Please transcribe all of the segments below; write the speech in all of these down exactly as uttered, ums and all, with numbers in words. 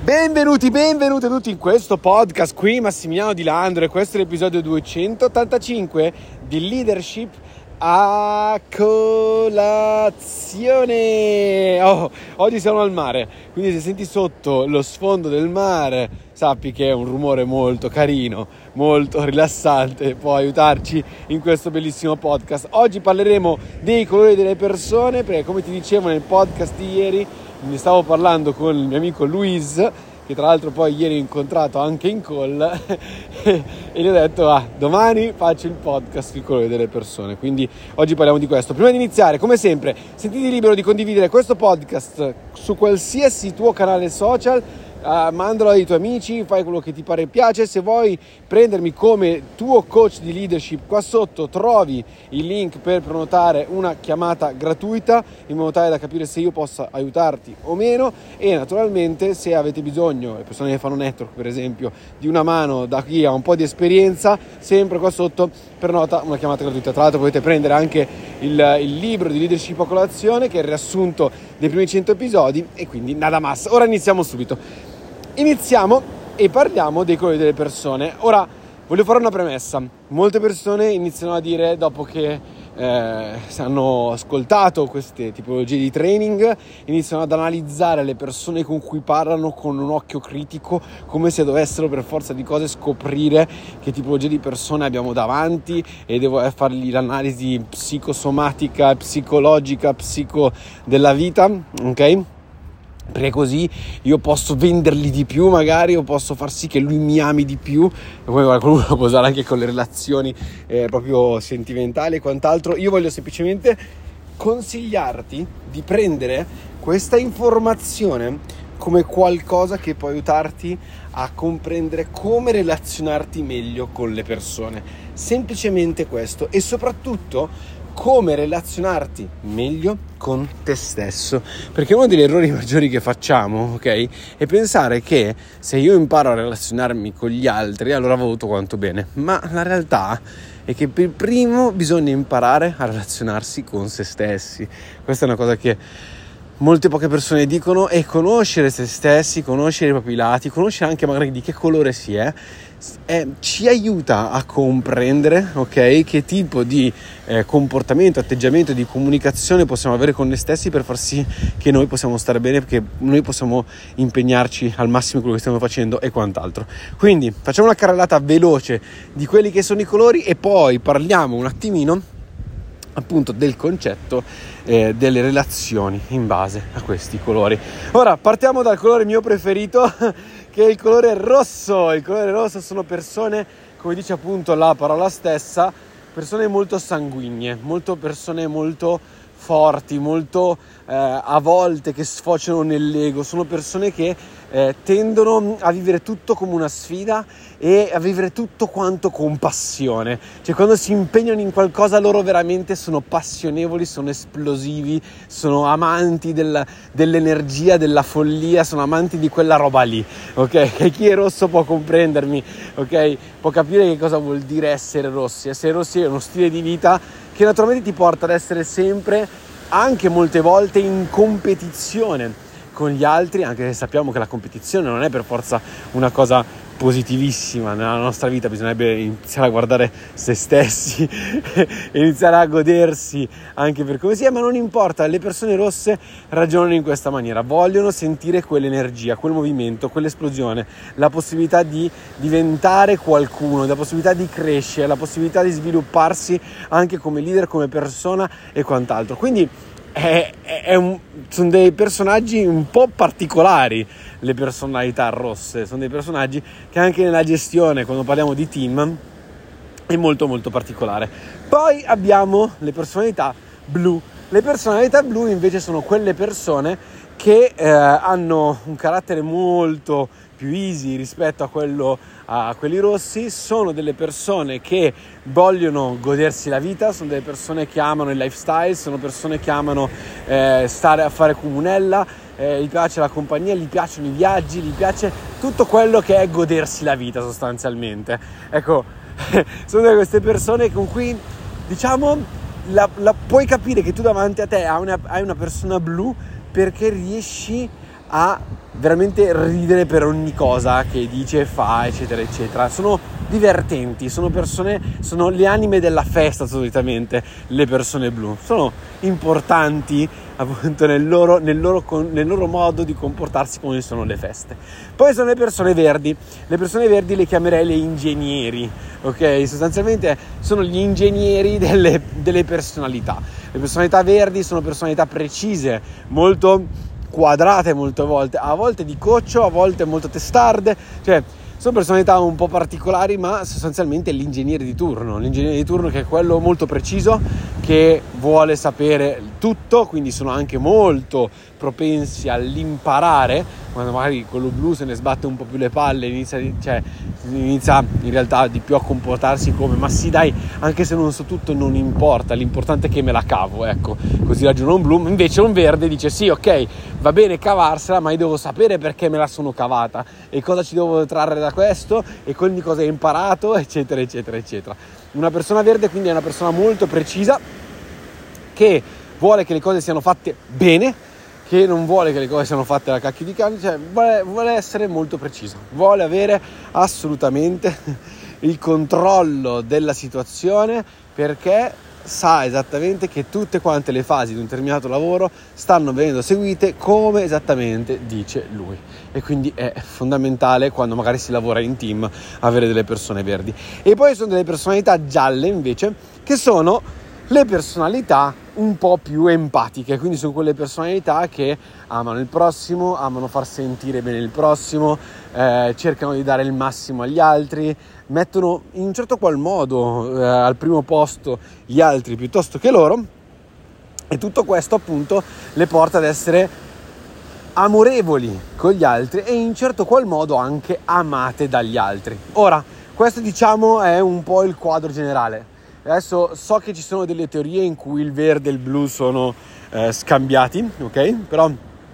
Benvenuti, benvenuti a tutti in questo podcast. Qui Massimiliano Di Landro e questo è l'episodio duecentottantacinque di Leadership a colazione. Oh, oggi siamo al mare, quindi se senti sotto lo sfondo del mare sappi che è un rumore molto carino, molto rilassante, può aiutarci in questo bellissimo podcast. Oggi parleremo dei colori delle persone, perché come ti dicevo nel podcast di ieri ne stavo parlando con il mio amico Luis, che tra l'altro poi ieri ho incontrato anche in call e gli ho detto ah, domani faccio il podcast sui colori delle persone, quindi oggi parliamo di questo. Prima di iniziare, come sempre, sentiti libero di condividere questo podcast su qualsiasi tuo canale social. Uh, mandalo ai tuoi amici, fai quello che ti pare e piace. Se vuoi prendermi come tuo coach di leadership, qua sotto trovi il link per prenotare una chiamata gratuita in modo tale da capire se io possa aiutarti o meno. E naturalmente, se avete bisogno, le persone che fanno network per esempio, di una mano da chi ha un po' di esperienza, sempre qua sotto prenota una chiamata gratuita. Tra l'altro potete prendere anche il, il libro di leadership a colazione, che è il riassunto dei primi cento episodi. E quindi nada más, ora iniziamo subito. Iniziamo e parliamo dei colori delle persone. Ora voglio fare una premessa. Molte persone iniziano a dire, dopo che eh, hanno ascoltato queste tipologie di training, iniziano ad analizzare le persone con cui parlano con un occhio critico, come se dovessero per forza di cose scoprire che tipologia di persone abbiamo davanti e devo fargli l'analisi psicosomatica, psicologica, psico della vita, ok? Perché così io posso vendergli di più magari, o posso far sì che lui mi ami di più. E poi qualcuno lo può usare anche con le relazioni eh, proprio sentimentali e quant'altro. Io voglio semplicemente consigliarti di prendere questa informazione come qualcosa che può aiutarti a comprendere come relazionarti meglio con le persone. Semplicemente questo, e soprattutto come relazionarti meglio con te stesso, perché uno degli errori maggiori che facciamo, ok, è pensare che se io imparo a relazionarmi con gli altri allora valuto quanto bene, ma la realtà è che per primo bisogna imparare a relazionarsi con se stessi. Questa è una cosa che molte poche persone dicono, e conoscere se stessi, conoscere i propri lati, conoscere anche magari di che colore si è, eh, ci aiuta a comprendere, ok, che tipo di eh, comportamento, atteggiamento, di comunicazione possiamo avere con noi stessi per far sì che noi possiamo stare bene, perché noi possiamo impegnarci al massimo in quello che stiamo facendo e quant'altro. Quindi facciamo una carrellata veloce di quelli che sono i colori e poi parliamo un attimino appunto del concetto eh, delle relazioni in base a questi colori. Ora partiamo dal colore mio preferito, che è il colore rosso. Il colore rosso sono persone, come dice appunto la parola stessa, persone molto sanguigne, molto persone molto forti, molto eh, a volte che sfociano nell'ego. Sono persone che eh, tendono a vivere tutto come una sfida e a vivere tutto quanto con passione. Cioè, quando si impegnano in qualcosa loro veramente sono passionevoli, sono esplosivi, sono amanti del, dell'energia, della follia, sono amanti di quella roba lì, ok? E chi è rosso può comprendermi, ok? Può capire che cosa vuol dire essere rossi. Essere rossi è uno stile di vita che naturalmente ti porta ad essere sempre, anche molte volte, in competizione con gli altri, anche se sappiamo che la competizione non è per forza una cosa positivissima nella nostra vita. Bisognerebbe iniziare a guardare se stessi e iniziare a godersi anche per come si è, ma non importa, le persone rosse ragionano in questa maniera, vogliono sentire quell'energia, quel movimento, quell'esplosione, la possibilità di diventare qualcuno, la possibilità di crescere, la possibilità di svilupparsi anche come leader, come persona e quant'altro. Quindi È, è un, sono dei personaggi un po' particolari, le personalità rosse, sono dei personaggi che anche nella gestione, quando parliamo di team, è molto molto particolare. Poi abbiamo le personalità blu. Le personalità blu invece sono quelle persone che eh, hanno un carattere molto più easy rispetto a quello a quelli rossi. Sono delle persone che vogliono godersi la vita, sono delle persone che amano il lifestyle, sono persone che amano eh, stare a fare comunella, eh, gli piace la compagnia, gli piacciono i viaggi, gli piace tutto quello che è godersi la vita sostanzialmente. Ecco, sono queste persone con cui, diciamo, la, la puoi capire che tu davanti a te hai una, hai una persona blu perché riesci a veramente ridere per ogni cosa che dice, fa, eccetera eccetera. Sono divertenti, sono persone, sono le anime della festa solitamente, le persone blu. Sono importanti appunto nel loro, nel loro, nel loro modo di comportarsi quando sono le feste. Poi sono le persone verdi. Le persone verdi le chiamerei le ingegneri, ok? Sostanzialmente sono gli ingegneri delle, delle personalità. Le personalità verdi sono personalità precise, molto quadrate molte volte, a volte di coccio, a volte molto testarde, cioè sono personalità un po' particolari, ma sostanzialmente l'ingegnere di turno, l'ingegnere di turno che è quello molto preciso, che vuole sapere tutto, quindi sono anche molto propensi all'imparare. Quando magari quello blu se ne sbatte un po' più le palle, inizia, cioè, inizia in realtà di più a comportarsi come ma sì dai, anche se non so tutto non importa, l'importante è che me la cavo, ecco, così ragiona un blu. Invece un verde dice sì, ok, va bene cavarsela, ma io devo sapere perché me la sono cavata e cosa ci devo trarre da questo e quindi cosa ho imparato, eccetera eccetera eccetera. Una persona verde quindi è una persona molto precisa, che vuole che le cose siano fatte bene, che non vuole che le cose siano fatte alla cacchio di cane, cioè vuole, vuole essere molto preciso, vuole avere assolutamente il controllo della situazione, perché sa esattamente che tutte quante le fasi di un determinato lavoro stanno venendo seguite come esattamente dice lui, e quindi è fondamentale quando magari si lavora in team avere delle persone verdi. E poi sono delle personalità gialle invece, che sono le personalità un po' più empatiche, quindi sono quelle personalità che amano il prossimo, amano far sentire bene il prossimo, eh, cercano di dare il massimo agli altri, mettono in un certo qual modo eh, al primo posto gli altri piuttosto che loro, e tutto questo appunto le porta ad essere amorevoli con gli altri e in certo qual modo anche amate dagli altri. Ora, questo diciamo è un po' il quadro generale. Adesso so che ci sono delle teorie in cui il verde e il blu sono eh, scambiati, ok? Però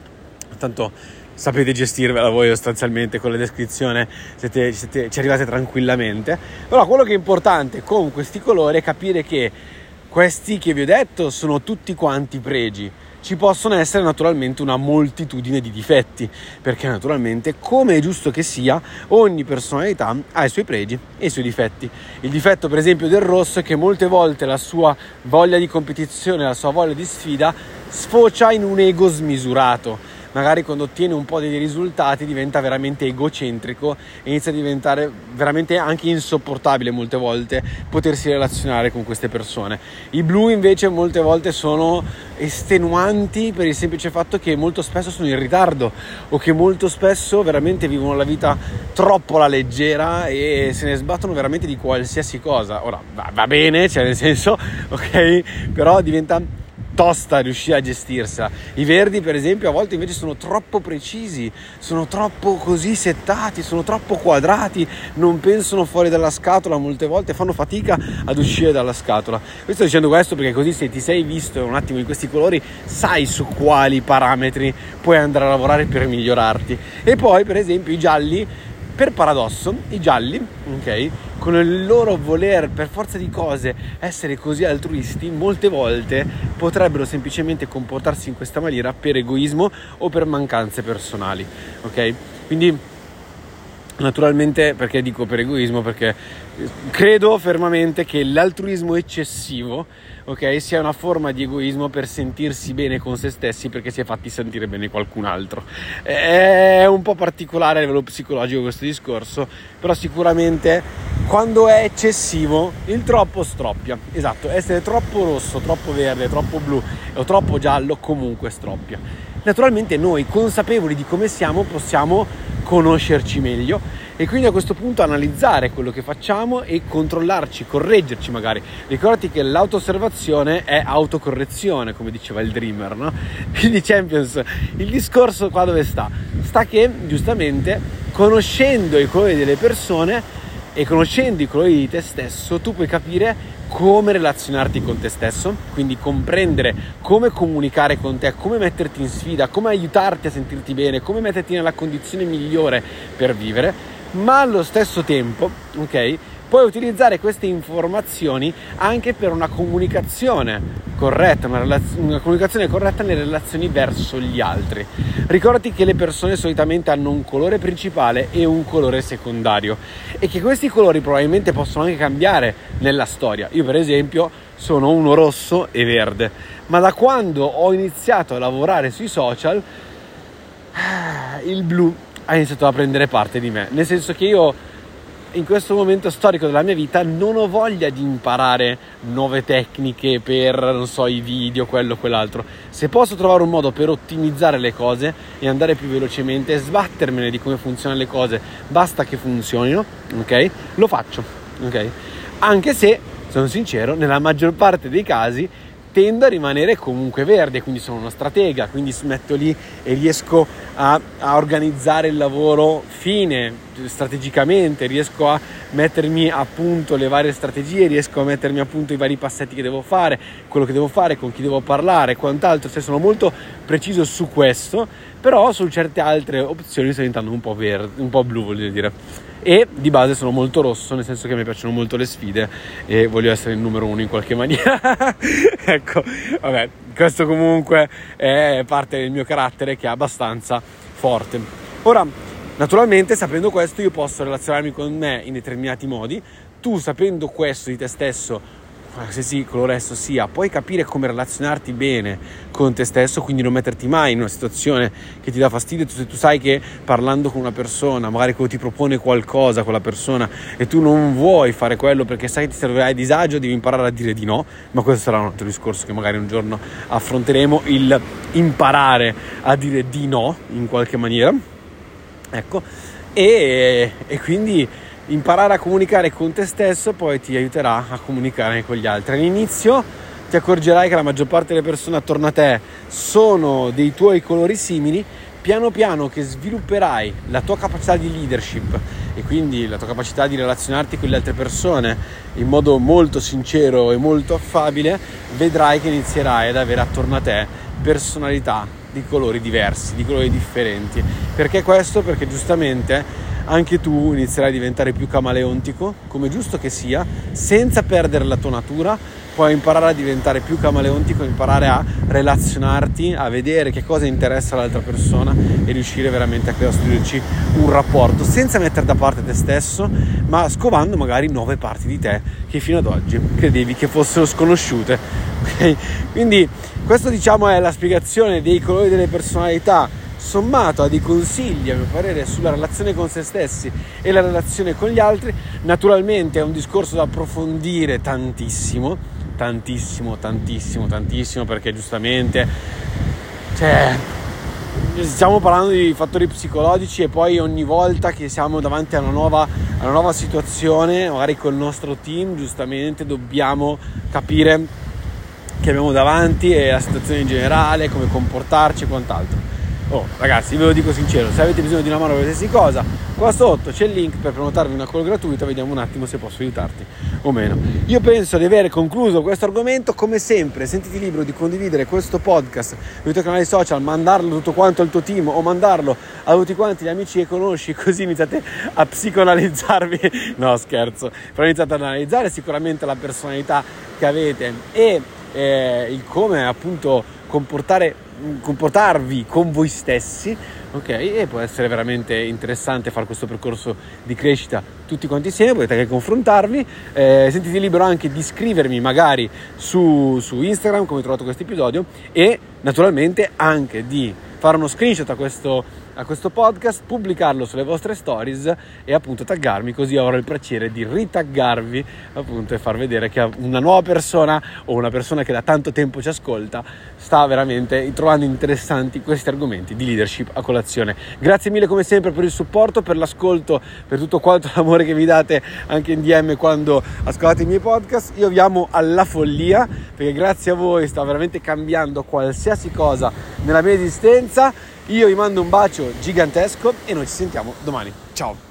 tanto sapete gestirvela voi sostanzialmente con la descrizione, siete, siete, ci arrivate tranquillamente. Però quello che è importante con questi colori è capire che questi che vi ho detto sono tutti quanti pregi. Ci possono essere naturalmente una moltitudine di difetti, perché naturalmente, come è giusto che sia, ogni personalità ha i suoi pregi e i suoi difetti. Il difetto per esempio del rosso è che molte volte la sua voglia di competizione, la sua voglia di sfida sfocia in un ego smisurato. Magari quando ottiene un po' dei risultati diventa veramente egocentrico e inizia a diventare veramente anche insopportabile molte volte potersi relazionare con queste persone. I blu invece molte volte sono estenuanti per il semplice fatto che molto spesso sono in ritardo o che molto spesso veramente vivono la vita troppo alla leggera e se ne sbattono veramente di qualsiasi cosa. Ora va, va bene, cioè nel senso, ok, però diventa tosta riuscire a gestirsela. I verdi per esempio a volte invece sono troppo precisi, sono troppo così settati, sono troppo quadrati, non pensano fuori dalla scatola, molte volte fanno fatica ad uscire dalla scatola. Io sto dicendo questo perché così se ti sei visto un attimo in questi colori sai su quali parametri puoi andare a lavorare per migliorarti. E poi per esempio i gialli, per paradosso, i gialli, ok, con il loro voler per forza di cose essere così altruisti, molte volte potrebbero semplicemente comportarsi in questa maniera per egoismo o per mancanze personali, ok? Quindi naturalmente, perché dico per egoismo? Perché credo fermamente che l'altruismo eccessivo, ok, sia una forma di egoismo per sentirsi bene con se stessi perché si è fatti sentire bene qualcun altro. È un po' particolare a livello psicologico questo discorso, però sicuramente quando è eccessivo il troppo stroppia. Esatto, essere troppo rosso, troppo verde, troppo blu o troppo giallo comunque stroppia. Naturalmente noi, consapevoli di come siamo, possiamo conoscerci meglio e quindi a questo punto analizzare quello che facciamo e controllarci, correggerci magari. Ricordati che l'auto-osservazione è autocorrezione, come diceva il Dreamer, no? Quindi Champions, il discorso qua dove sta? Sta che giustamente conoscendo i colori delle persone e conoscendo i colori di te stesso tu puoi capire come relazionarti con te stesso, quindi comprendere come comunicare con te, come metterti in sfida, come aiutarti a sentirti bene, come metterti nella condizione migliore per vivere, ma allo stesso tempo, ok, puoi utilizzare queste informazioni anche per una comunicazione corretta, una, relaz- una comunicazione corretta nelle relazioni verso gli altri. Ricordati che le persone solitamente hanno un colore principale e un colore secondario e che questi colori probabilmente possono anche cambiare nella storia. Io per esempio sono uno rosso e verde, ma da quando ho iniziato a lavorare sui social il blu ha iniziato a prendere parte di me, nel senso che io in questo momento storico della mia vita non ho voglia di imparare nuove tecniche per, non so, i video, quello, quell'altro. Se posso trovare un modo per ottimizzare le cose e andare più velocemente, sbattermene di come funzionano le cose, basta che funzionino, ok? Lo faccio, ok? Anche se, sono sincero, nella maggior parte dei casi tendo a rimanere comunque verde, quindi sono uno stratega, quindi metto lì e riesco a, a organizzare il lavoro fine, strategicamente, riesco a mettermi a punto le varie strategie, riesco a mettermi a punto i vari passetti che devo fare, quello che devo fare, con chi devo parlare, quant'altro. Cioè, sono molto preciso su questo, però su certe altre opzioni sto diventando un po' verde, un po' blu, voglio dire. E di base sono molto rosso, nel senso che mi piacciono molto le sfide e voglio essere il numero uno in qualche maniera. Ecco, vabbè, questo comunque è parte del mio carattere, che è abbastanza forte. Ora, naturalmente, sapendo questo, io posso relazionarmi con me in determinati modi. Tu, sapendo questo di te stesso, qualsiasi colore esso sia, puoi capire come relazionarti bene con te stesso, quindi non metterti mai in una situazione che ti dà fastidio. Se tu sai che parlando con una persona, magari ti propone qualcosa quella persona e tu non vuoi fare quello perché sai che ti servirai disagio, devi imparare a dire di no, ma questo sarà un altro discorso che magari un giorno affronteremo, il imparare a dire di no in qualche maniera, ecco, e, e quindi imparare a comunicare con te stesso poi ti aiuterà a comunicare con gli altri. All'inizio ti accorgerai che la maggior parte delle persone attorno a te sono dei tuoi colori simili. Piano piano che svilupperai la tua capacità di leadership e quindi la tua capacità di relazionarti con le altre persone in modo molto sincero e molto affabile, vedrai che inizierai ad avere attorno a te personalità di colori diversi, di colori differenti. Perché questo? Perché giustamente anche tu inizierai a diventare più camaleontico, come giusto che sia, senza perdere la tua natura. Puoi imparare a diventare più camaleontico, imparare a relazionarti, a vedere che cosa interessa l'altra persona e riuscire veramente a costruirci un rapporto senza mettere da parte te stesso, ma scovando magari nuove parti di te che fino ad oggi credevi che fossero sconosciute. Okay? Quindi questo, diciamo, è la spiegazione dei colori delle personalità, sommato a dei consigli, a mio parere, sulla relazione con se stessi e la relazione con gli altri. Naturalmente è un discorso da approfondire tantissimo, tantissimo, tantissimo, tantissimo, perché giustamente, cioè, stiamo parlando di fattori psicologici e poi ogni volta che siamo davanti a una nuova, a una nuova situazione, magari col nostro team, giustamente dobbiamo capire che abbiamo davanti e la situazione in generale, come comportarci e quant'altro. Oh ragazzi, ve lo dico sincero, se avete bisogno di una mano per qualsiasi cosa, qua sotto c'è il link per prenotarvi una call gratuita. Vediamo un attimo se posso aiutarti o meno. Io penso di aver concluso questo argomento. Come sempre, sentiti libero di condividere questo podcast sui tuoi canali social, mandarlo tutto quanto al tuo team o mandarlo a tutti quanti gli amici che conosci, così iniziate a psicoanalizzarvi. No, scherzo, però iniziate ad analizzare sicuramente la personalità che avete e eh, il come appunto comportare comportarvi con voi stessi, ok? E può essere veramente interessante fare questo percorso di crescita tutti quanti insieme. Potete anche confrontarvi, eh, sentite libero anche di scrivermi magari su, su Instagram come hai trovato questo episodio, e naturalmente anche di fare uno screenshot a questo a questo podcast, pubblicarlo sulle vostre stories e appunto taggarmi, così avrò il piacere di ritaggarvi appunto e far vedere che una nuova persona o una persona che da tanto tempo ci ascolta sta veramente trovando interessanti questi argomenti di leadership a colazione. Grazie mille come sempre per il supporto, per l'ascolto, per tutto quanto l'amore che vi date anche in D M quando ascoltate i miei podcast. Io vi amo alla follia, perché grazie a voi sta veramente cambiando qualsiasi cosa nella mia esistenza. Io vi mando un bacio gigantesco e noi ci sentiamo domani. Ciao!